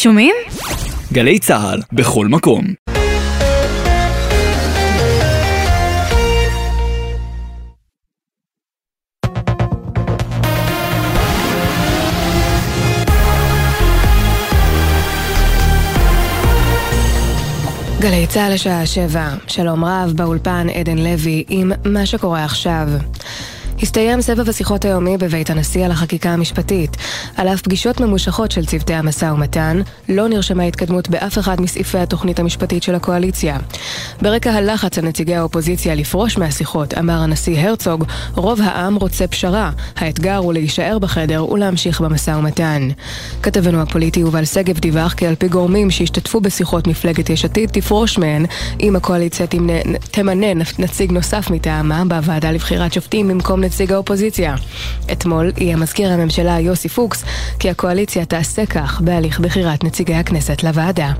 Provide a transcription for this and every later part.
שומעים? גלי צהל, בכל מקום. גלי צהל לשעה 7, שלום רב, באולפן עדן לוי עם מה שקורה עכשיו. הסתיים סבב השיחות היומי בבית הנשיא על החקיקה המשפטית. על אף פגישות ממושכות של צוותי המשא ומתן, לא נרשמה התקדמות באף אחד מסעיפי התוכנית המשפטית של הקואליציה. ברקע הלחץ על נציגי האופוזיציה לפרוש מהשיחות, אמר הנשיא הרצוג, רוב העם רוצה פשרה. האתגר הוא להישאר בחדר ולהמשיך במשא ומתן. כתבנו הפוליטי יובל שגב דיווח כי על פי גורמים שהשתתפו בשיחות מפלגת יש עתיד תפרוש מהן, אם הקואליציה תמנה נציג נוסף מטעמה בוועדה לבחירת שופטים במקום נציג האופוזיציה. אתמול יהיה מזכיר הממשלה יוסי פוקס כי הקואליציה תעשה כך בהליך בחירת נציגי הכנסת לוועדה.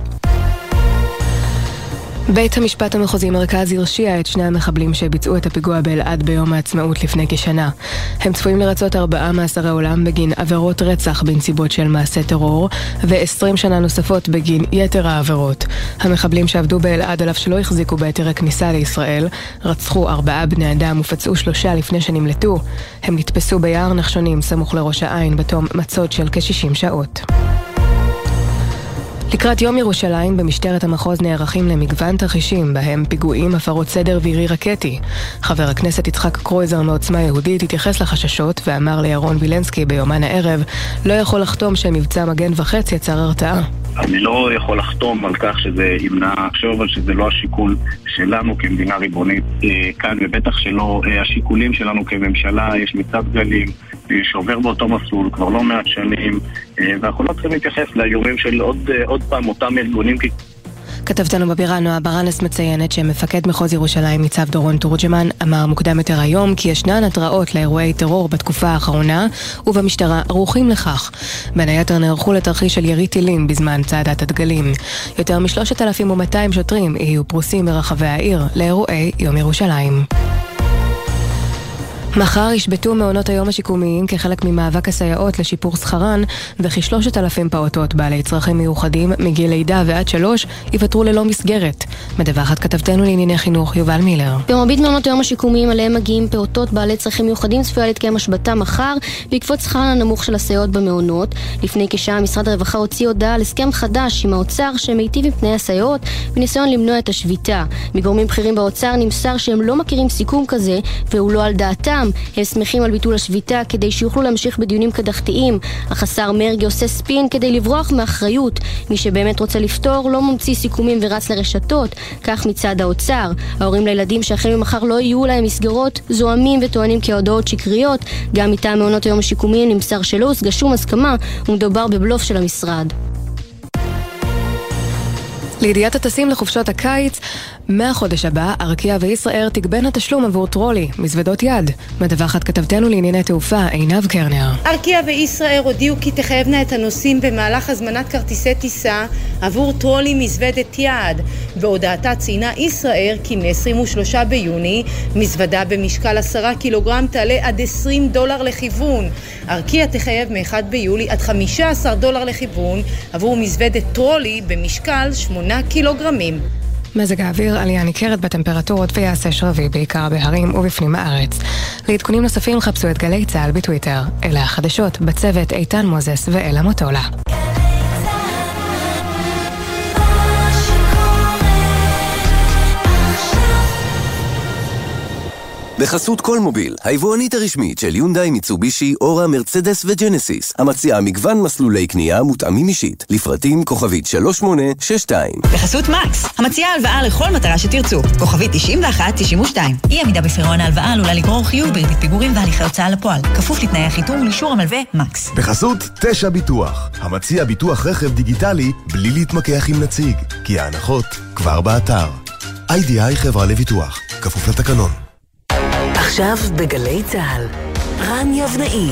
בית המשפט המחוזי מרכז הרשיע את שני המחבלים שביצעו את הפיגוע באלעד ביום העצמאות לפני כשנה. הם צפויים לרצות 4 מאסרי עולם בגין עבירות רצח בנסיבות של מעשה טרור ו20 שנה נוספות בגין יתר העבירות. המחבלים שעבדו באלעד על אף שלא החזיקו בהיתר הכניסה לישראל רצחו 4 בני אדם ופצעו 3 לפני שנמלטו. הם נתפסו ביער נחשונים סמוך לראש העין בתום מצוד של כ-60 שעות. לקראת יום ירושלים במשטרת המחוז נערכים למגוון תרחישים בהם פיגועים, הפרות סדר וירי רקטי. חבר הכנסת יצחק קרויזר מעוצמה יהודית התייחס לחששות ואמר לירון וילנסקי ביומן הערב לא יכול לחתום שמבצע מגן וחץ יצר הרתעה. אני לא יכול לחתום על כך שזה ימנע עכשיו, שזה לא השיקול שלנו כמדינה ריבונית כאן, ובטח שלא השיקולים שלנו כממשלה. יש מצב גלים שעובר באותו מסלול כבר לא מעט שנים, ואנחנו לא צריכים להתייחס לאיומים של עוד פעם אותם ארגונים. כתבתנו בבירה נועה ברנס מציינת שמפקד מחוז ירושלים ניצב דורון תורג'מן אמר מוקדם יותר היום כי ישנן התראות לאירועי טרור בתקופה האחרונה ובמשטרה ערוכים לכך. בין היתר נערכו לתרחיש של ירי טילים בזמן צעדת הדגלים. יותר מ3,200 שוטרים יהיו פרוסים ברחבי העיר לאירועי יום ירושלים. מחר ישבתו מעונות היום השיקומיים כחלק ממאבק הסייעות לשיפור שכרן, וכ3,000 פעוטות בעלי צרכים מיוחדים מגיל לידה ועד 3 יוותרו ללא מסגרת. מדווחת כתבתנו לענייני חינוך יובל מילר. במרבית מעונות היום השיקומיים עליהם מגיעים פעוטות בעלי צרכים מיוחדים צפויה להתקיים השבתה מחר בעקבות שכרן הנמוך של הסייעות במעונות. לפני כשעה משרד הרווחה הוציא הודעה על הסכם חדש עם האוצר שמיטיב עם תנאי הסייעות בניסיון למנוע את השביתה. מגורמים בכירים באוצר נמסר שהם לא מכירים סיכום כזה והוא לא על דעתם. הם שמחים על ביטול השביתה כדי שיוכלו להמשיך בדיונים קדחתיים, אך השר מרגי עושה ספין כדי לברוח מאחריות. מי שבאמת רוצה לפתור לא ממציא סיכומים ורץ לרשתות, כך מצד האוצר. ההורים לילדים שהחל ממחר לא יהיו להם מסגרות זוהמים וטוענים כהודעות שקריות. גם מטעם מעונות היום השיקומיים נמסר שלא הושגה שום הסכמה ומדובר בבלוף של המשרד. לידיעת הטסים לחופשות הקיץ, מהחודש הבא, ארקיע וישראל תגבן התשלום עבור טרולי, מזוודות יד. מדווחת כתבתנו לענייני תעופה, עינב קרנר. ארקיע וישראל הודיעו כי תחייבנה את הנוסעים במהלך הזמנת כרטיסי טיסה עבור טרולי מזוודת יד. בהודעתה ציינה ישראל כי מ-23 ביוני, מזוודה במשקל 10 קילוגרם תעלה עד $20 לכיוון. ארקיע תחייב מ-1 ביולי עד $15 לכיוון עבור מזוודת טרולי במשקל 8 קילוגרמים. מזג האוויר, עלייה ניכרת בטמפרטורות ויעשה שרבי בעיקר בהרים ובפנים הארץ. לעדכונים נוספים חפשו את גלי צהל בטוויטר. אלה החדשות בצוות איתן מוזס ואלה מוטולה. בחסות כל מוביל, היבואנית הרשמית של יונדאי, מיצובישי, אורה, מרצדס וג'נסיס, המציעה מגוון מסלולי קנייה מותאמים אישית, לפרטים כוכבית 3862. בחסות מקס, המציעה הלוואה לכל מטרה שתרצו, כוכבית 9192. אי עמידה בפירעון ההלוואה עלולה לגרור חיוב בריבית פיגורים והליכי הוצאה לפועל, כפוף לתנאי החיתום ולאישור המלווה מקס. בחסות 9 ביטוח, המציע ביטוח רכב דיגיטלי בלי להתמקח עם נציג, כי ההנחות כבר באתר. IDI חברה לביטוח, כפוף לתקנון. עכשיו בגלי צהל, רן יבנאי.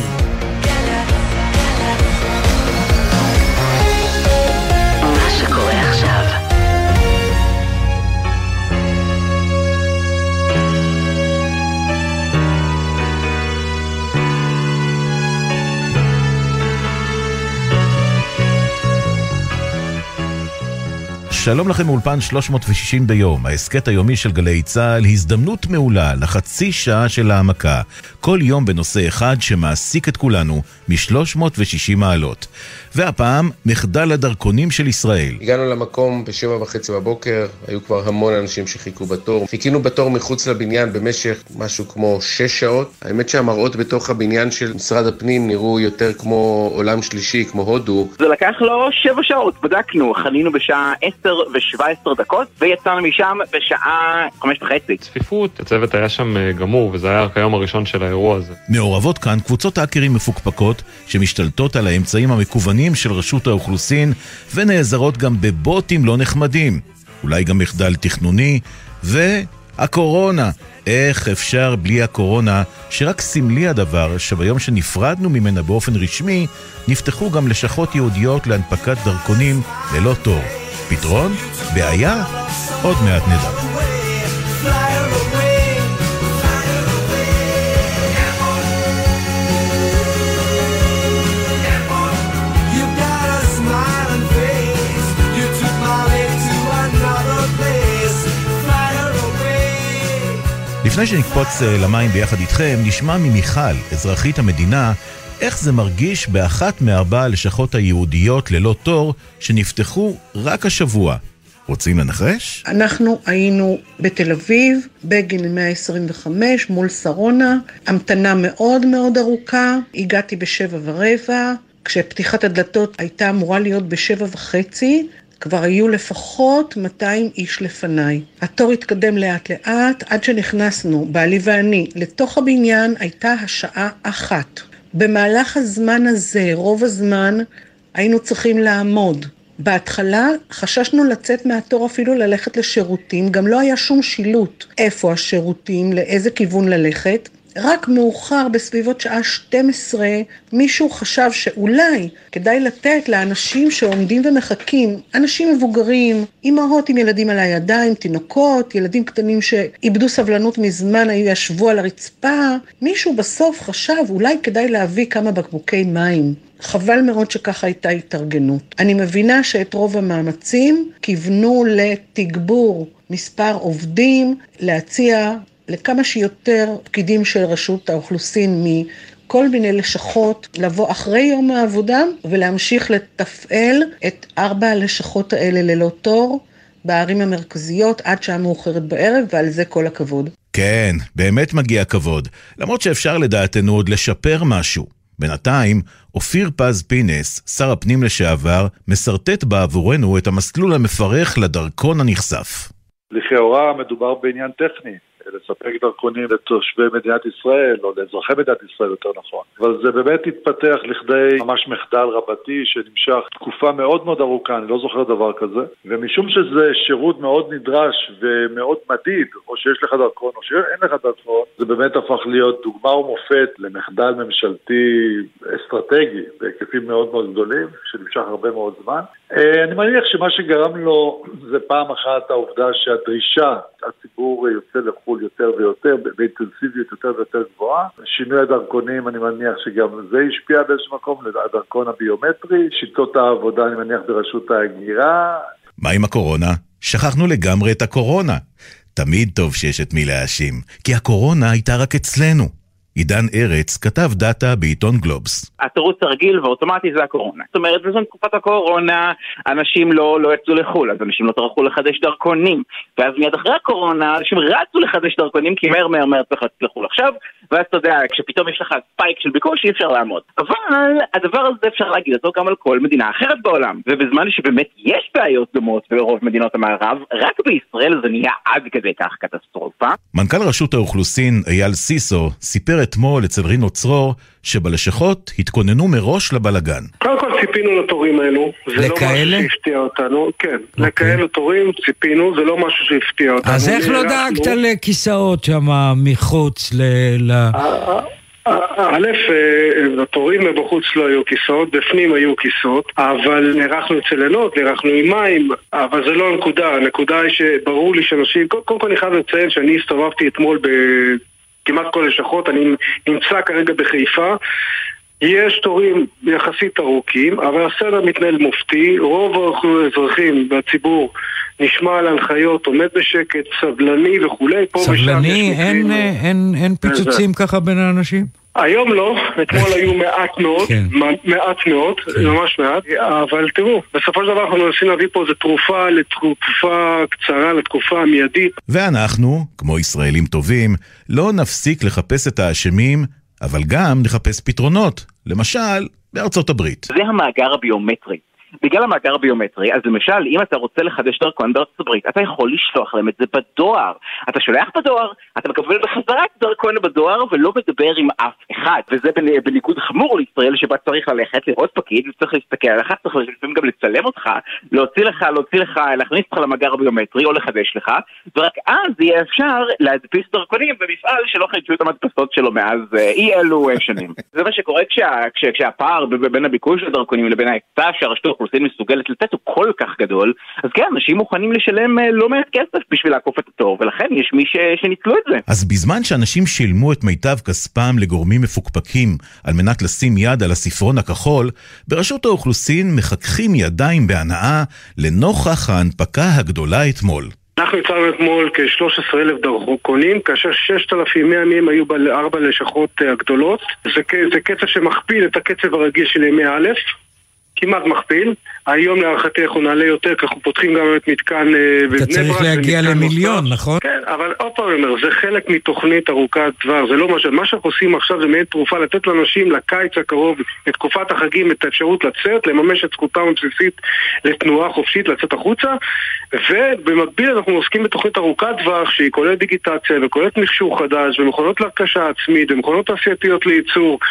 מה שקורה עכשיו. שלום לכם מאולפן 360 ביום, ההסקט היומי של גלי צהל, הזדמנות מעולה לחצי שעה של העמקה, כל יום בנושא אחד שמעסיק את כולנו מ-360 מעלות. והפעם, מחדל הדרכונים של ישראל. הגענו למקום ב7:30 בבוקר, היו כבר המון אנשים שחיכו בתור. חיכינו בתור מחוץ לבניין במשך משהו כמו 6 שעות. האמת שהמראות בתוך הבניין של משרד הפנים נראו יותר כמו עולם שלישי, כמו הודו. זה לקח לו 7 שעות, בדקנו, חנינו בשעה 10:17 ויצאנו משם בשעה 5:30. צפיפות, הצוות היה שם גמור, וזה היה היום הראשון של האירוע הזה. מעורבות כאן קבוצות האקרים מפוקפקות שמשתלטות על האמצעים המקוונים של רשות האוכלוסין ונעזרות גם בבוטים לא נחמדים. אולי גם מחדל תכנוני והקורונה. איך אפשר בלי הקורונה, שרק סמלי הדבר שביום שנפרדנו ממנה באופן רשמי, נפתחו גם לשכות יהודיות להנפקת דרכונים ללא תור. פתרון? בעיה? עוד מעט נדע. לפני שנקפוץ למים ביחד איתכם, נשמע ממיכל, אזרחית המדינה, איך זה מרגיש באחת מארבע הלשכות היהודיות ללא תור שנפתחו רק השבוע. רוצים לנחש? אנחנו היינו בתל אביב, בגין 125 מול שרונה, המתנה מאוד מאוד ארוכה, הגעתי ב7:15, כשפתיחת הדלתות הייתה אמורה להיות ב7:30, כבר היו לפחות 200 איש לפניי. התור התקדם לאט לאט, עד שנכנסנו, בעלי ואני, לתוך הבניין הייתה השעה 1. במהלך הזמן הזה, רוב הזמן, היינו צריכים לעמוד. בהתחלה חששנו לצאת מהתור אפילו ללכת לשירותים, גם לא היה שום שילוט איפה השירותים, לאיזה כיוון ללכת. רק מאוחר בסביבות שעה 12 מישהו חשב שאולי כדאי לתת לאנשים שעומדים ומחכים, אנשים מבוגרים, אמהות עם ילדים על הידיים, תינוקות, ילדים קטנים שאיבדו סבלנות מזמן, ישבו על הרצפה, מישהו בסוף חשב אולי כדאי להביא כמה בקבוקי מים. חבל מאוד שככה הייתה התארגנות. אני מבינה שאת רוב המאמצים כיוונו לתגבור מספר עובדים, להציע לכמה שיותר פקידים של רשות האוכלוסין מכל מיני לשכות, לבוא אחרי יום העבודה ולהמשיך לתפעל את 4 הלשכות האלה ללא תור בערים המרכזיות עד שעה מאוחרת בערב, ועל זה כל הכבוד. כן, באמת מגיע כבוד, למרות שאפשר לדעתנו עוד לשפר משהו. בינתיים, אופיר פז פינס, שר הפנים לשעבר, מסרטט בעבורנו את המסלול המפרך לדרכון הנחשף. לכאורה מדובר בעניין טכני. לספק דרכונים לתושבי מדינת ישראל, או לאזרחי מדינת ישראל יותר נכון. אבל זה באמת התפתח לכדי ממש מחדל רבתי שנמשך תקופה מאוד מאוד ארוכה, אני לא זוכר דבר כזה, ומשום שזה שירות מאוד נדרש ומאוד מדיד, או שיש לך דרכון או שאין לך דרכון, זה באמת הפך להיות דוגמה ומופת למחדל ממשלתי אסטרטגי, בהיקפים מאוד מאוד גדולים, שנמשך הרבה מאוד זמן. אני מניח שמה שגרם לו זה פעם אחת העובדה שהדרישה, הציבור יוצא לחול יותר ויותר, באינטנסיביות יותר ויותר גבוהה. שינוי הדרכונים, אני מניח שגם זה השפיע באיזשהו מקום, לדרכון הביומטרי, שיטות העבודה, אני מניח ברשות ההגירה. מה עם הקורונה? שכחנו לגמרי את הקורונה. תמיד טוב שיש את מי להאשים, כי הקורונה הייתה רק אצלנו. עידן ארץ כתב דאטה בעיתון גלובס. התירוץ הרגיל ואוטומטי זה הקורונה. זאת אומרת, בזמן תקופת הקורונה, אנשים לא יצאו לחול, אז אנשים לא טרחו לחדש דרכונים. ואז מיד אחרי הקורונה, אנשים רצו לחדש דרכונים, כי מהר צריך לחול עכשיו, ואז אתה יודע, כשפתאום יש לך ספייק של ביקוש, אי אפשר לעמוד. אבל הדבר הזה אפשר להגיד אותו גם על כל מדינה אחרת בעולם. ובזמן שבאמת יש בעיות דומות ברוב מדינות המערב, רק בישראל זה נהיה עד כדי כך קטסטרופה. מנכ"ל רשות האוכלוסין אייל סיסו סיפר אתמול אצל רינו צרור שבלשכות התכוננו מראש לבלגן. קודם כל ציפינו לתורים האלו, זה לא משהו שהפתיע אותנו, כן, לכאלו תורים ציפינו, זה לא משהו שהפתיע אותנו. אז איך לא דאגת לכיסאות שם מחוץ א', התורים בחוץ לא היו כיסאות, בפנים היו כיסאות, אבל נערכנו אצל לילות, נערכנו עם מים, אבל זה לא הנקודה. הנקודה היא שברור לי שאנשים, קודם כל אני חייב לציין שאני הסתובבתי אתמול כמעט כל לשכות, אני נמצא כרגע בחיפה, יש תורים יחסית ארוכים, אבל הסדר מתנהל מופתי, רוב האזרחים והציבור נשמע על הנחיות, עומד בשקט, סבלני וכולי. סבלני? אין פיצוצים ככה בין האנשים? היום לא, אתמול היו מעט מאוד, ממש מעט, אבל תראו, בסופו של דבר אנחנו מנסים להביא פה איזו תרופה לתקופה קצרה, לתקופה המיידית. ואנחנו, כמו ישראלים טובים, לא נפסיק לחפש את האשמים, אבל גם נחפש פתרונות, למשל בארצות הברית. זה המאגר הביומטרי. בגלל המאגר הביומטרי, אז למשל, אם אתה רוצה לחדש דרכון בארצות הברית, אתה יכול לשלוח להם את זה בדואר. אתה שולח בדואר, אתה מקבל בחזרה את דרכון בדואר, ולא מדבר עם אף אחד. וזה בניגוד חמור לישראל, שבה צריך ללכת לראות פקיד, וצריך להסתכל עליך, צריך לפעמים גם לצלם אותך, להוציא לך, להכניס אותך למאגר הביומטרי, או לחדש לך, ורק אז יהיה אפשר להדפיס דרכונים במפעל שלא חידשו את המדפסות שלו מאז אי אלו שנים. זה מה שקורה כשהפער בין הביקוש לדרכונים לבין ההיצע שהרשות האוכלוסין מסוגלת לתת הוא כל כך גדול, אז כן, אנשים מוכנים לשלם לא מעט כסף בשביל לעקוף את התור, ולכן יש מי שניצלו את זה. אז בזמן שאנשים שילמו את מיטב כספם לגורמים מפוקפקים על מנת לשים יד על הספרון הכחול, ברשות האוכלוסין מחככים ידיים בהנאה לנוכח ההנפקה הגדולה אתמול. אנחנו יצרנו אתמול כ-13,000 דרכונים, כאשר 6,100 מהם היו ב4 לשכות הגדולות. זה קצב שמכפיל את הקצב הרגיל של ימי א', כמעט מכפיל. היום להערכתי אנחנו נעלה יותר, כי אנחנו פותחים גם את מתקן בבני ברק. אתה צריך להגיע למיליון, נכון? כן, אבל עוד פעם אומר, זה חלק מתוכנית ארוכת טווח, זה לא מה שאנחנו עושים עכשיו, זה מעין תרופה לתת לאנשים לקיץ הקרוב, לתקופת החגים, את האפשרות לצאת, לממש את זכותם הבסיסית לתנועה חופשית, לצאת החוצה, ובמקביל אנחנו עוסקים בתוכנית ארוכת טווח, שהיא כוללת דיגיטציה, וכוללת מכשור חדש, ומכונות להרכשה עצמית, ומכונות תעשייתיות לייצור,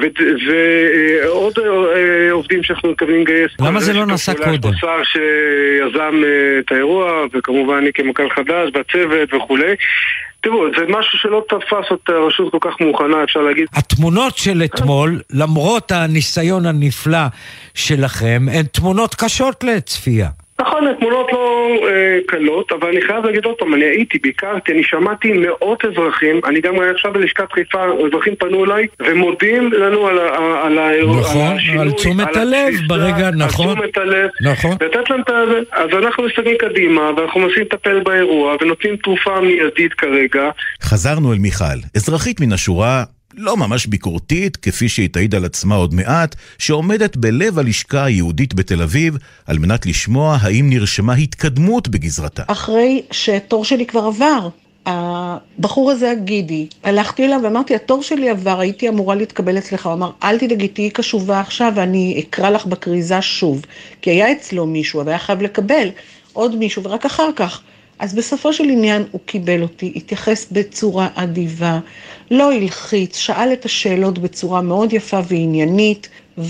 ועוד עובדים שאנחנו מתכוונים לגייס. למה זה לא נעשה קודם? שר שיזם את האירוע, וכמובן אני כמנכ"ל חדש, והצוות וכולי. תראו, זה משהו שלא תפס את הרשות כל כך מוכנה, אפשר להגיד. התמונות של אתמול, למרות הניסיון הנפלא שלכם, הן תמונות קשות לצפייה. נכון, התמונות לא קלות, אבל אני חייב להגיד עוד פעם, אני הייתי, ביקרתי, אני שמעתי מאות אזרחים, אני גם עכשיו בלשכת חיפה, אזרחים פנו אליי, ומודים לנו על האירוע, נכון, על תשומת הלב ברגע, נכון. על תשומת הלב, נכון. לתת להם את זה, אז אנחנו מסתכלים קדימה, ואנחנו מנסים לטפל באירוע, ונותנים תרופה מיידית כרגע. חזרנו אל מיכל, אזרחית מן השורה, לא ממש ביקורתית, כפי שהיא תעיד על עצמה עוד מעט, שעומדת בלב הלשכה היהודית בתל אביב, על מנת לשמוע האם נרשמה התקדמות בגזרתה. אחרי שהתור שלי כבר עבר, הבחור הזה הגידי, הלכתי אליו ואמרתי, התור שלי עבר, הייתי אמורה להתקבל אצלך, הוא אמר, אל תדאגי, תהיי קשובה עכשיו, ואני אקרא לך בקריזה שוב, כי היה אצלו מישהו, אבל היה חייב לקבל עוד מישהו, ורק אחר כך. אז בסופו של עניין הוא קיבל אותי, התייחס בצורה אדיבה, לא הלחיץ, שאל את השאלות בצורה מאוד יפה ועניינית,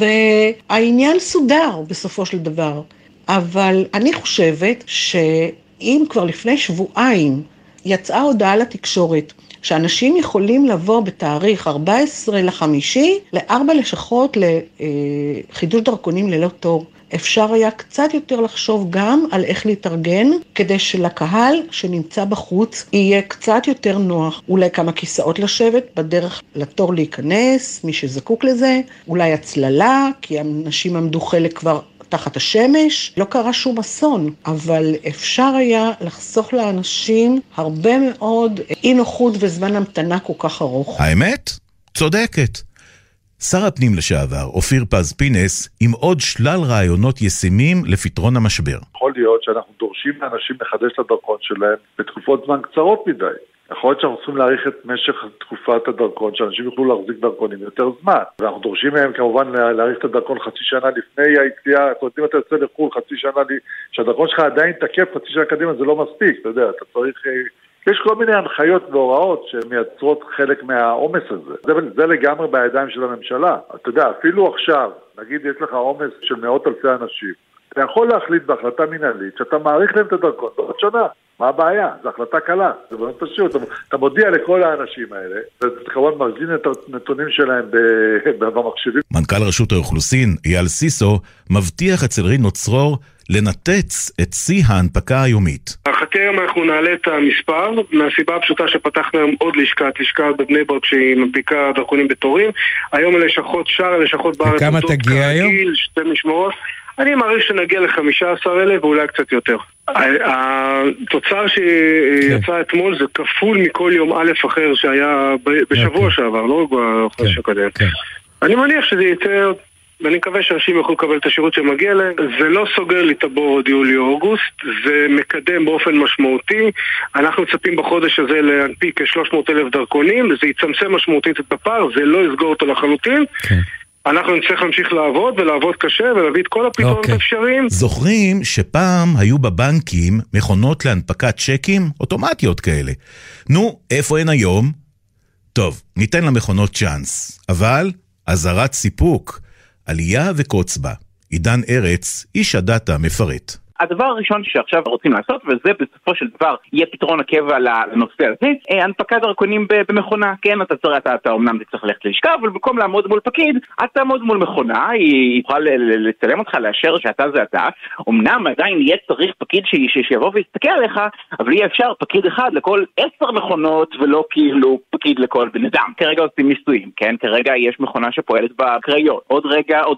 והעניין סודר בסופו של דבר. אבל אני חושבת שאם כבר לפני שבועיים יצאה הודעה לתקשורת, שאנשים יכולים לבוא בתאריך 14/5 ל4 לשכות לחידוש דרכונים ללא תור, אפשר היה קצת יותר לחשוב גם על איך להתארגן, כדי שלקהל שנמצא בחוץ יהיה קצת יותר נוח. אולי כמה כיסאות לשבת בדרך לתור להיכנס, מי שזקוק לזה, אולי הצללה, כי אנשים עמדו חלק כבר תחת השמש. לא קרה שום אסון, אבל אפשר היה לחסוך לאנשים הרבה מאוד אי נוחות וזמן המתנה כל כך ארוך. האמת? צודקת. שר הפנים לשעבר, אופיר פז פינס, עם עוד שלל רעיונות ישימים לפתרון המשבר. יכול להיות שאנחנו דורשים לאנשים לחדש את הדרכון שלהם בתקופות זמן קצרות מדי. יכול להיות שאנחנו צריכים להאריך את משך תקופת הדרכון, שאנשים יוכלו להחזיק דרכונים יותר זמן. ואנחנו דורשים מהם כמובן להאריך את הדרכון חצי שנה לפני היציאה. זאת אומרת, אם אתה יוצא לחו"ל חצי שנה, שהדרכון שלך עדיין תקף חצי שנה קדימה, זה לא מספיק, אתה יודע, אתה צריך... יש כל מיני הנחיות והוראות שמייצרות חלק מהעומס הזה. זה לגמרי בידיים של הממשלה. אתה יודע, אפילו עכשיו, נגיד יש לך עומס של מאות אלפי אנשים, אתה יכול להחליט בהחלטה מנהלית שאתה מעריך להם את הדרכון בעוד שנה. מה הבעיה? זו החלטה קלה. זה באמת פשוט. אתה מודיע לכל האנשים האלה, ואתה כמובן מזין את הנתונים שלהם במחשבים. מנכ"ל רשות האוכלוסין, אייל סיסו, מבטיח אצל רינו צרור לנתץ את שיא ההנפקה היומית. להערכתי להערכתי היום אנחנו נעלה את המספר, מהסיבה הפשוטה שפתחנו היום עוד לשכה בבני ברק שהיא מנפיקה דרכונים בתורים. היום הלשכות, שאר הלשכות בארץ, וכמה תגיע היום? שתי משמרות. אני מעריך שנגיע ל15,000 ואולי קצת יותר. התוצר שיצא אתמול זה כפול מכל יום א' אחר שהיה בשבוע שעבר, לא בחודש הקודם. אני מניח שזה יצא, ואני מקווה שאנשים יכולים לקבל את השירות שמגיע להם. זה לא סוגר לי את הבור עוד יולי-אוגוסט, זה מקדם באופן משמעותי. אנחנו צפים בחודש הזה להנפיק כ-300,000 דרכונים, וזה יצמצם משמעותית את הפער, זה לא יסגור אותו לחלוטין. אנחנו נצטרך להמשיך לעבוד ולעבוד קשה ולהביא את כל הפתרונות האפשריים. זוכרים שפעם היו בבנקים מכונות להנפקת צ'קים אוטומטיות כאלה. נו, איפה הן היום? טוב, ניתן למכונות צ'אנס, אבל אזהרת סיפוק, עלייה וקוץ בה. עידן ארץ, איש הדאטה מפרט. הדבר הראשון שעכשיו רוצים לעשות, וזה בסופו של דבר יהיה פתרון הקבע לנושא הזה, הנפקת דרכונים במכונה. כן, אתה אומנם תצטרך ללכת ללשכה, אבל במקום לעמוד מול פקיד, אתה תעמוד מול מכונה, היא יכולה לצלם אותך, לאשר שאתה זה אתה. אמנם עדיין יהיה צריך פקיד שיבוא ויסתכל עליך, אבל יהיה אפשר פקיד אחד לכל 10 מכונות, ולא כאילו פקיד לכל בן אדם. כרגע עושים ניסויים, כן? כרגע יש מכונה שפועלת בקריות. עוד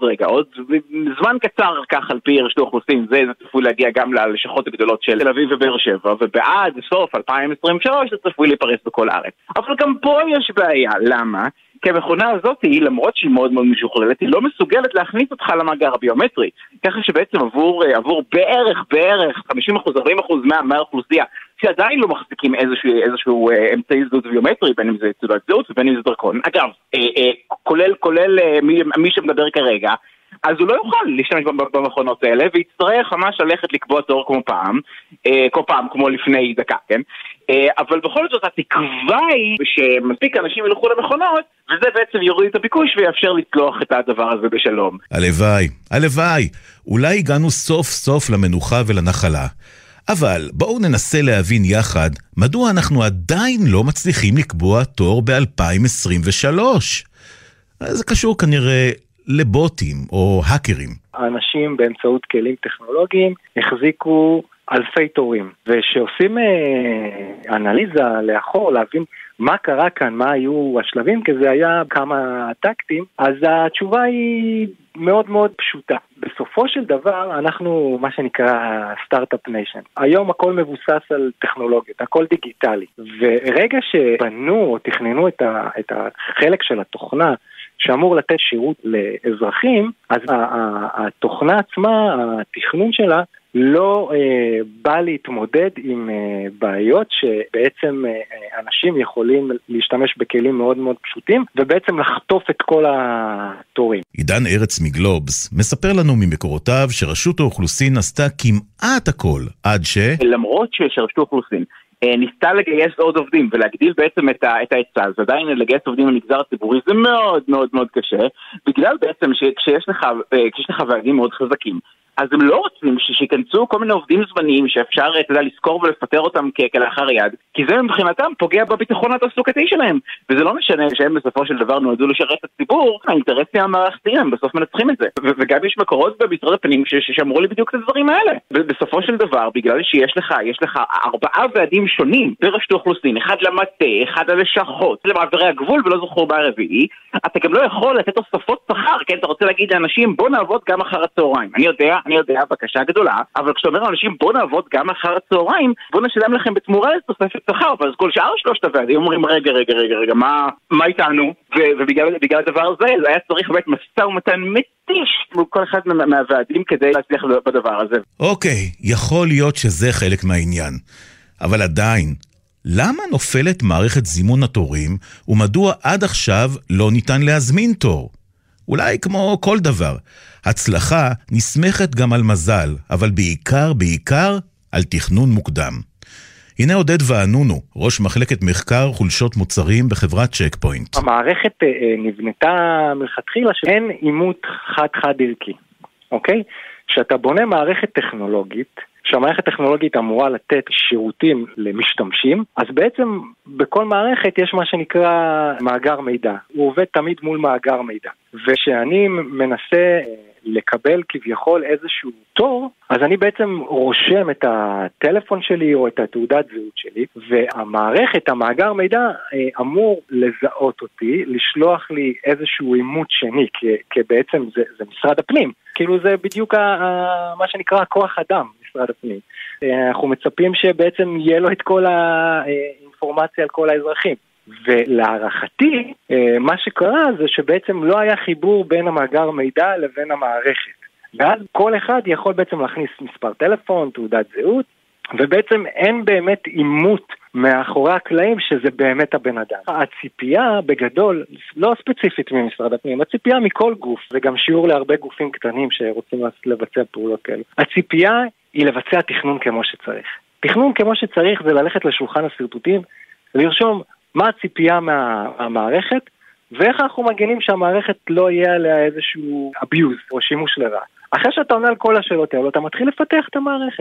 זמן קצר כך על פי רשות האוכלוסין, זה צפוי להגיע גם ללשכות הגדולות של תל אביב ובאר שבע, ובעד סוף 2023 זה צפוי להיפרס בכל הארץ. אבל גם פה יש בעיה. למה? כי המכונה הזאת, למרות שהיא מאוד מאוד משוכללת, היא לא מסוגלת להכניס אותך למאגר הביומטרי. ככה שבעצם עבור בערך 50%, 40% מהאוכלוסייה, שעדיין לא מחזיקים איזשהו אמצעי זהות ביומטרי, בין אם זה תעודת זהות ובין אם זה דרכון. אגב, כולל מי שמדבר כרגע, אז הוא לא יוכל להשתמש במכונות האלה, ויצטרך ממש ללכת לקבוע תור כל פעם כמו לפני דקה, כן? אבל בכל זאת התקווה היא שמספיק אנשים ילכו למכונות, וזה בעצם יוריד את הביקוש ויאפשר לצלוח את הדבר הזה בשלום. הלוואי, אולי הגענו סוף סוף למנוחה ולנחלה. אבל בואו ננסה להבין יחד מדוע אנחנו עדיין לא מצליחים לקבוע תור ב-2023. זה קשור כנראה לבוטים או האקרים. האנשים באמצעות כלים טכנולוגיים החזיקו אלפי תורים, ושעושים אנליזה לאחור, להבין מה קרה כאן, מה היו השלבים, כי זה היה כמה טקטים, אז התשובה היא מאוד מאוד פשוטה. בסופו של דבר אנחנו מה שנקרא סטארט-אפ ניישן. היום הכל מבוסס על טכנולוגיות, הכל דיגיטלי. ורגע שבנו או תכננו את החלק של התוכנה שאמור לתת שירות לאזרחים, אז התוכנה עצמה, התכנון שלה, לא בא להתמודד עם בעיות שבעצם אנשים יכולים להשתמש בכלים מאוד מאוד פשוטים, ובעצם לחטוף את כל התורים. עידן ארץ מגלובס מספר לנו ממקורותיו שרשות האוכלוסין עשתה כמעט הכל, עד למרות שרשות האוכלוסין ניסתה לגייס עוד עובדים ולהגדיל בעצם את ההיצע, אז עדיין לגייס עובדים במגזר הציבורי זה מאוד מאוד מאוד קשה, בגלל בעצם שכשיש לך ועדים מאוד חזקים, אז הם לא רוצים שיכנסו כל מיני עובדים זמניים שאפשר לזכור ולפטר אותם כלאחר יד, כי זה מבחינתם פוגע בביטחון התעסוקתי שלהם, וזה לא משנה שהם בסופו של דבר נועדו לשרת את הציבור, האינטרסים המערכתיים הם בסוף מנצחים את זה, וגם יש מקורות במשרד הפנים שאמרו לי בדיוק את הדברים האלה. בסופו של דבר, בגלל שיש לך 4 ועדים שונים ברשות האוכלוסין, אחד למטה, אחד ללשכות, למעברי הגבול ולא זוכר ברביעי, אתה גם לא יכול לתת תוספות שכר, כן? אתה רוצה להגיד לאנשים בוא נעבוד גם אחר הצהריים. אני יודע, בקשה גדולה, אבל כשאתה אומר לאנשים בוא נעבוד גם אחר הצהריים, בוא נשלם לכם בתמורה לתוספת שכר, אבל כל שאר 3 הוועדים אומרים רגע, מה איתנו? ובגלל הדבר הזה, היה צריך באמת משא ומתן מתיש מול כל אחד מהוועדים כדי להצליח בדבר הזה. אוקיי, יכול להיות שזה חלק מהעניין, אבל עדיין, למה נופלת מערכת זימון התורים, ומדוע עד עכשיו לא ניתן להזמין תור? אולי כמו כל דבר, הצלחה נסמכת גם על מזל, אבל בעיקר על תכנון מוקדם. הנה עודד וענונו, ראש מחלקת מחקר חולשות מוצרים בחברת צ'ק פוינט. המערכת נבנתה מלכתחילה שאין אימות חד ערכי, אוקיי? שאתה בונה מערכת טכנולוגית, שהמערכת הטכנולוגית אמורה לתת שירותים למשתמשים, אז בעצם בכל מערכת יש מה שנקרא מאגר מידע. הוא עובד תמיד מול מאגר מידע. ושאני מנסה לקבל כביכול איזשהו תור, אז אני בעצם רושם את הטלפון שלי או את התעודת זהות שלי, והמערכת, המאגר מידע, אמור לזהות אותי, לשלוח לי איזשהו אימות שני, כי בעצם זה משרד הפנים. כאילו זה בדיוק מה שנקרא כוח אדם, משרד הפנים. אנחנו מצפים שבעצם יהיה לו את כל האינפורמציה על כל האזרחים. ולהערכתי, מה שקרה זה שבעצם לא היה חיבור בין המאגר מידע לבין המערכת. ואז כל אחד יכול בעצם להכניס מספר טלפון, תעודת זהות, ובעצם אין באמת אימות מאחורי הקלעים שזה באמת הבן אדם. הציפייה בגדול, לא ספציפית ממשרד הפנים, הציפייה מכל גוף, זה גם שיעור להרבה גופים קטנים שרוצים לבצע פעולות כאלה. הציפייה היא לבצע תכנון כמו שצריך. תכנון כמו שצריך זה ללכת לשולחן הסרטוטים, לרשום מה הציפייה מהמערכת, ואיך אנחנו מגנים שהמערכת לא יהיה עליה איזשהו abuse או שימוש לרע. אחרי שאתה עונה על כל השאלות האלה, אתה מתחיל לפתח את המערכת.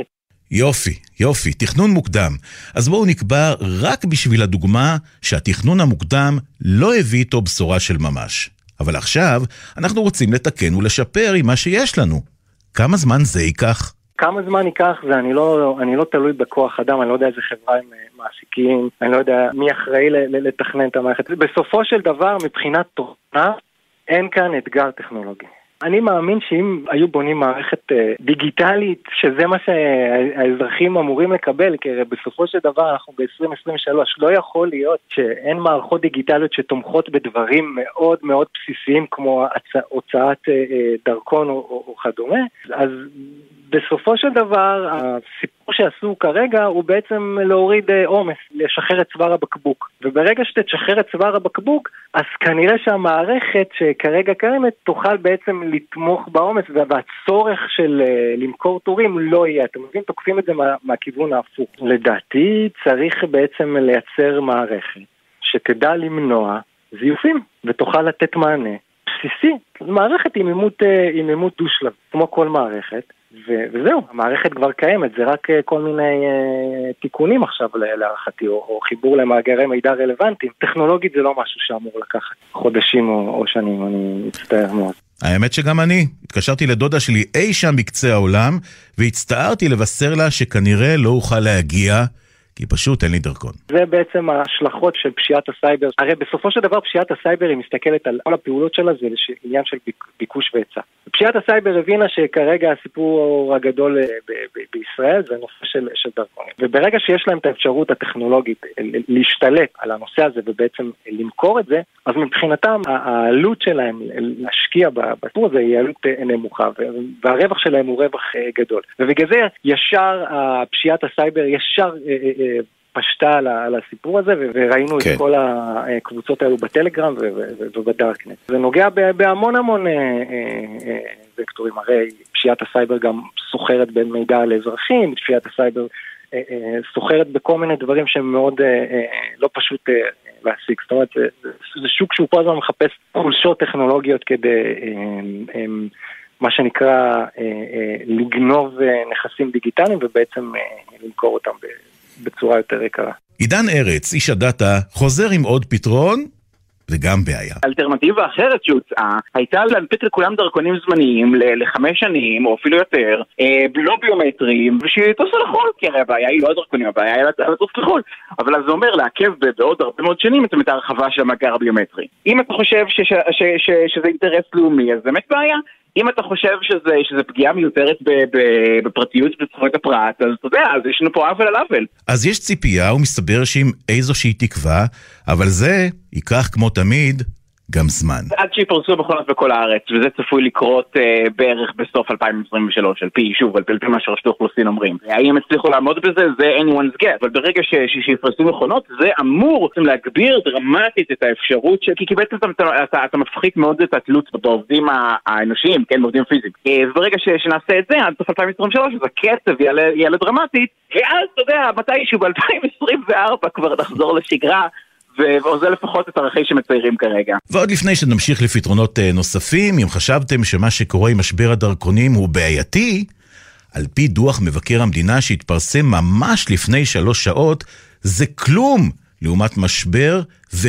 יופי, תכנון מוקדם. אז בואו נקבע רק בשביל הדוגמה שהתכנון המוקדם לא הביא איתו בשורה של ממש. אבל עכשיו אנחנו רוצים לתקן ולשפר עם מה שיש לנו. כמה זמן זה ייקח? כמה זמן ייקח זה אני לא תלוי בכוח אדם, אני לא יודע איזה חברה הם מעסיקים, אני לא יודע מי אחראי לתכנן את המערכת. בסופו של דבר, מבחינת תוכנה, אין כאן אתגר טכנולוגי. אני מאמין שאם היו בונים מערכת דיגיטלית, שזה מה שהאזרחים אמורים לקבל, כי בסופו של דבר אנחנו ב-2023, לא יכול להיות שאין מערכות דיגיטליות שתומכות בדברים מאוד מאוד בסיסיים, כמו הוצאת דרכון או כדומה, אז בסופו של דבר, הסיפור שעשו כרגע הוא בעצם להוריד עומס, לשחרר את צוואר הבקבוק. וברגע שתשחרר את צוואר הבקבוק, אז כנראה שהמערכת שכרגע קיימת תוכל בעצם לתמוך בעומס, והצורך של למכור טורים לא יהיה. אתם מבינים, תוקפים את זה מהכיוון ההפוך. לדעתי צריך בעצם לייצר מערכת שתדע למנוע זיופים, ותוכל לתת מענה בסיסי. מערכת עם אימות דו-שלב, כמו כל מערכת. וזהו, המערכת כבר קיימת, זה רק כל מיני תיקונים עכשיו להערכתי, או חיבור למאגרי מידע רלוונטיים. טכנולוגית זה לא משהו שאמור לקחת חודשים או שנים, אני מצטער מאוד. האמת שגם אני, התקשרתי לדודה שלי אי שם בקצה העולם, והצטערתי לבשר לה שכנראה לא אוכל להגיע, כי פשוט אין לי דרכון. זה בעצם ההשלכות של פשיעת הסייבר. הרי בסופו של דבר פשיעת הסייבר היא מסתכלת על כל הפעולות שלה, זה עניין של ביקוש והיצע. פשיעת הסייבר הבינה שכרגע הסיפור הגדול בישראל זה נושא של דרכונים. וברגע שיש להם את האפשרות הטכנולוגית להשתלט על הנושא הזה ובעצם למכור את זה, אז מבחינתם העלות שלהם להשקיע בסיפור הזה היא עלות נמוכה, והרווח שלהם הוא רווח גדול. ובגלל זה ישר פשיעת הסייבר ישר פשטה על הסיפור הזה, וראינו את כל הקבוצות האלו בטלגרם ובדארקנט. זה נוגע בהמון וקטורים, הרי פשיעת הסייבר גם סוחרת בין מידע לאזרחים, פשיעת הסייבר סוחרת בכל מיני דברים שהם מאוד לא פשוט להשיג. זאת אומרת, זה שוק שהוא פה הזמן מחפש חולשות טכנולוגיות כדי מה שנקרא לגנוב נכסים דיגיטליים ובעצם למכור אותם בצורה יותר יקרה. עידן ארץ, איש הדאטה, חוזר עם עוד פתרון וגם בעיה. אלטרנטיבה אחרת שהוצאה הייתה להנפיק לכולם דרכונים זמניים ל5 שנים או אפילו יותר, לא ביומטריים, ושתעשו לחול, כי הרי הבעיה היא לא הדרכונים, הבעיה היא לטוס לחול. אבל אז זה אומר לעכב בעוד הרבה מאוד שנים את ההרחבה של המאגר הביומטרי. אם אתה חושב שזה אינטרס לאומי, אז זה באמת בעיה. אם אתה חושב שזה פגיעה מיותרת בפרטיות ובזכויות הפרט, אז אתה יודע, אז יש לנו פה עוול על עוול. אז יש ציפייה ומסתבר שעם איזושהי תקווה, אבל זה ייקח כמו תמיד גם זמן. עד שיפרסו מכונות בכל הארץ, וזה צפוי לקרות בערך בסוף 2023, על פי שוב, על פי מה שרשות האוכלוסין אומרים. האם הם הצליחו לעמוד בזה? זה anyone's guess. אבל ברגע שיפרסו מכונות, זה אמור להגביר דרמטית את האפשרות, כי בעצם אתה מפחית מאוד את התלות בעובדים האנושיים, כן, בעובדים פיזיים. וברגע שנעשה את זה, עד סוף 2023, אז הקצב יעלה דרמטית, ואז, אתה יודע, מתישהו ב-2024 כבר נחזור לשגרה, וזה לפחות את ערכי שמציירים כרגע. ועוד לפני שנמשיך לפתרונות נוספים, אם חשבתם שמה שקורה עם משבר הדרכונים הוא בעייתי, על פי דוח מבקר המדינה שהתפרסם ממש לפני 3 שעות, זה כלום לעומת משבר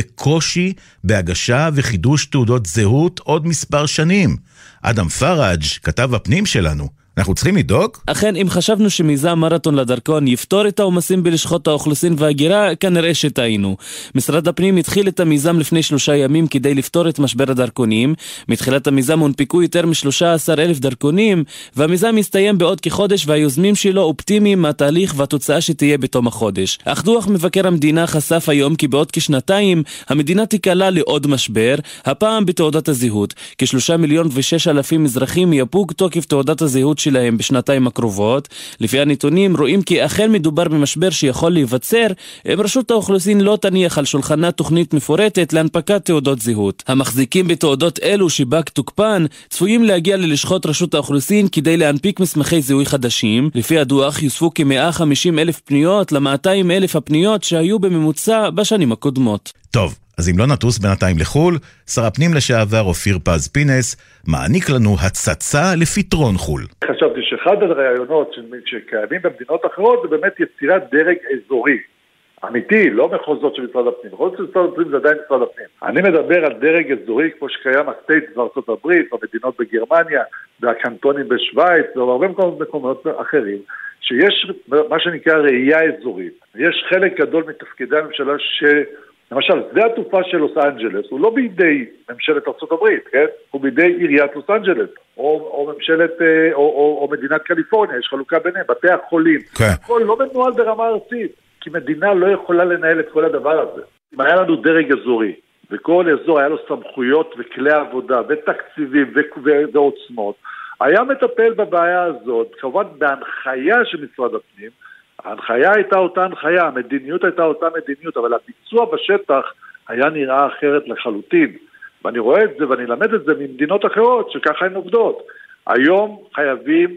וקושי בהגשה וחידוש תעודות זהות עוד מספר שנים. אדם פראג', כתב הפנים שלנו, אנחנו צריכים לדאוג? אכן, אם חשבנו שמיזם מרתון לדרכון יפתור את העומסים בלשכות האוכלוסין וההגירה, כנראה שטעינו. משרד הפנים התחיל את המיזם לפני 3 ימים כדי לפתור את משבר הדרכונים. מתחילת המיזם הונפקו יותר מ-13,000 דרכונים, והמיזם מסתיים בעוד כחודש, והיוזמים שלו אופטימיים מהתהליך והתוצאה שתהיה בתום החודש. אך דוח מבקר המדינה חשף היום כי בעוד כשנתיים המדינה תיקלה לעוד משבר, הפעם בתעודת הזהות. כ3,006,000 אזרחים יפוג תוקף תעודת הזהות שלהם בשנתיים הקרובות. לפי הנתונים רואים כי אכן מדובר במשבר שיכול להיווצר אם רשות האוכלוסין לא תניח על שולחנה תוכנית מפורטת להנפקת תעודות זהות. המחזיקים בתעודות אלו שבק תוקפן צפויים להגיע ללשכות רשות האוכלוסין כדי להנפיק מסמכי זיהוי חדשים. לפי הדוח יוספו כ-150,000 פניות ל-200,000 הפניות שהיו בממוצע בשנים הקודמות. טוב, אז אם לא נטוס בינתיים לחול, שר הפנים לשעבר אופיר פז פינס מעניק לנו הצצה לפתרון חול. חשבתי שאחד הרעיונות שקיימים במדינות אחרות זה באמת יצירת דרג אזורי. אמיתי, לא מחוזות של משרד הפנים. מחוזות של משרד הפנים זה עדיין משרד הפנים. אני מדבר על דרג אזורי כמו שקיים הסטייטס בארצות הברית, במדינות בגרמניה, והקנטונים בשוויץ, ובהרבה מקומות אחרים, שיש מה שנקרא ראייה אזורית. יש חלק גדול מתפקידי הממשלה למשל, שדה התעופה של לוס אנג'לס הוא לא בידי ממשלת ארצות הברית, כן? הוא בידי עיריית לוס אנג'לס, או ממשלת, או מדינת קליפורניה, יש חלוקה ביניהם, בתי החולים. הכל לא מנוהל ברמה ארצית, כי מדינה לא יכולה לנהל את כל הדבר הזה. אם היה לנו דרג אזורי, וכל אזור היה לו סמכויות וכלי עבודה, ותקציבים ועוצמות, היה מטפל בבעיה הזאת, כמובן בהנחיה של משרד הפנים, ההנחיה הייתה אותה הנחיה, המדיניות הייתה אותה מדיניות, אבל הביצוע בשטח היה נראה אחרת לחלוטין. ואני רואה את זה ואני למד את זה ממדינות אחרות שככה הן עובדות. היום חייבים,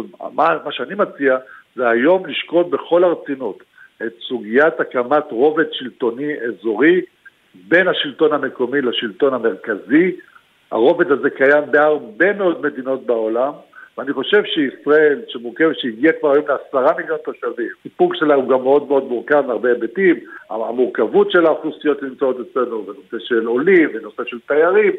מה שאני מציע, זה היום לשקול בכל הרצינות את סוגיית הקמת רובד שלטוני אזורי בין השלטון המקומי לשלטון המרכזי. הרובד הזה קיים בהרבה מאוד מדינות בעולם, ואני חושב שישראל, שמורכבת, שהגיע כבר היום ל10 מיליון תושבים, סיפור שלה הוא גם מאוד מאוד מורכב מהרבה היבטים, המורכבות של האוכלוסיות נמצאות אצלנו, בנושא של עולים, בנושא של תיירים,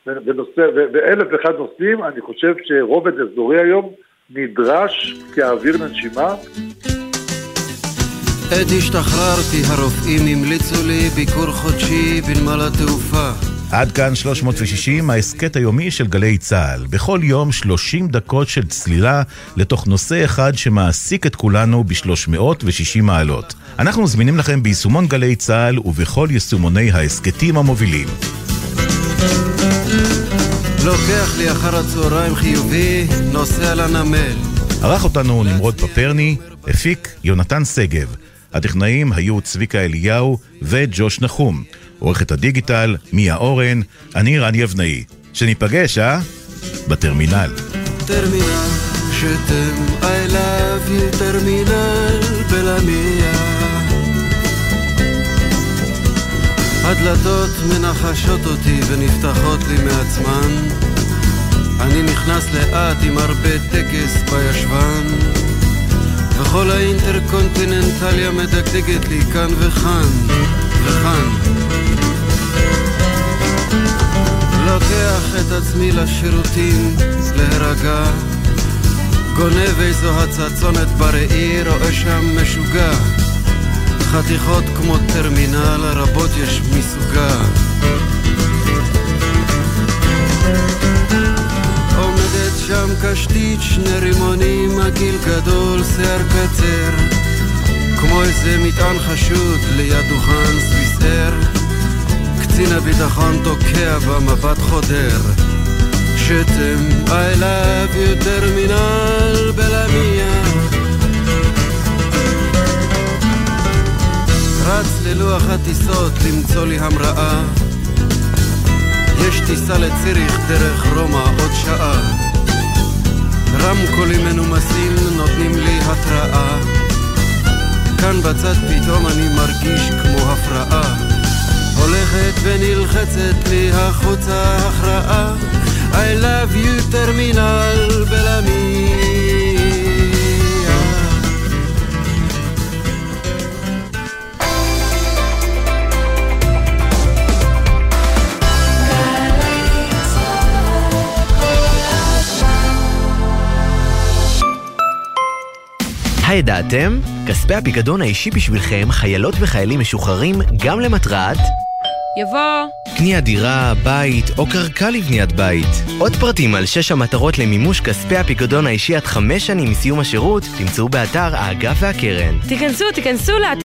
ואלף ואחד נושאים, אני חושב שרובד אזורי היום נדרש כאוויר לנשימה. עת השתחררתי, הרופאים המליצו לי ביקור חודשי בנמל התעופה. עד כאן 360, ההסקט היומי של גלי צהל. בכל יום 30 דקות של צלילה לתוך נושא אחד שמעסיק את כולנו ב-360 מעלות. אנחנו מזמינים לכם ביישומון גלי צהל ובכל יישומוני ההסקטים המובילים. לוקח לי אחר הצהריים חיובי, נוסע לנמל. ערך אותנו נמרוד פפרני, הפיק יונתן סגב. הטכנאים היו צביקה אליהו וג'וש נחום. עורכת הדיגיטל, מיה אורן, אני רן יבנאי. שניפגש, בטרמינל. טרמינל, שתם, I love you, טרמינל, בלמיה. הדלתות מנחשות אותי ונפתחות לי מעצמן. אני נכנס לאט עם הרבה טקס בישבן. וכל האינטרקונטיננטליה מדגדגת לי כאן וכאן, וכאן. לוקח את עצמי לשירותים להירגע, גונב איזו הצצונת בראי, רואה שם משוגע, חתיכות כמו טרמינל, רבות יש מסוגה. עומדת שם קשתית, 2 רימונים, הגיל גדול, שיער קצר, כמו איזה מטען חשוד ליד דוכן סביסר. קצין הביטחון תוקע במבט חודר, שתם, I love you, טרמינל בלמיה. רץ ללוח הטיסות למצוא לי המראה, יש טיסה לציריך דרך רומא עוד שעה. רמקולים מנומסים נותנים לי התראה, כאן בצד פתאום אני מרגיש כמו הפרעה, הולכת ונלחצת לי החוצה הכרעה. I love you, טרמינל בלמיה. הידעתם? כספי הפיקדון האישי בשבילכם, חיילות וחיילים משוחררים גם למטרת יבוא קניית דירה, בית או קרקע לבניית בית. עוד פרטים על 6 המטרות למימוש כספי הפיקדון האישי עד 5 שנים מסיום השירות תמצאו באתר האגף והקרן. תיכנסו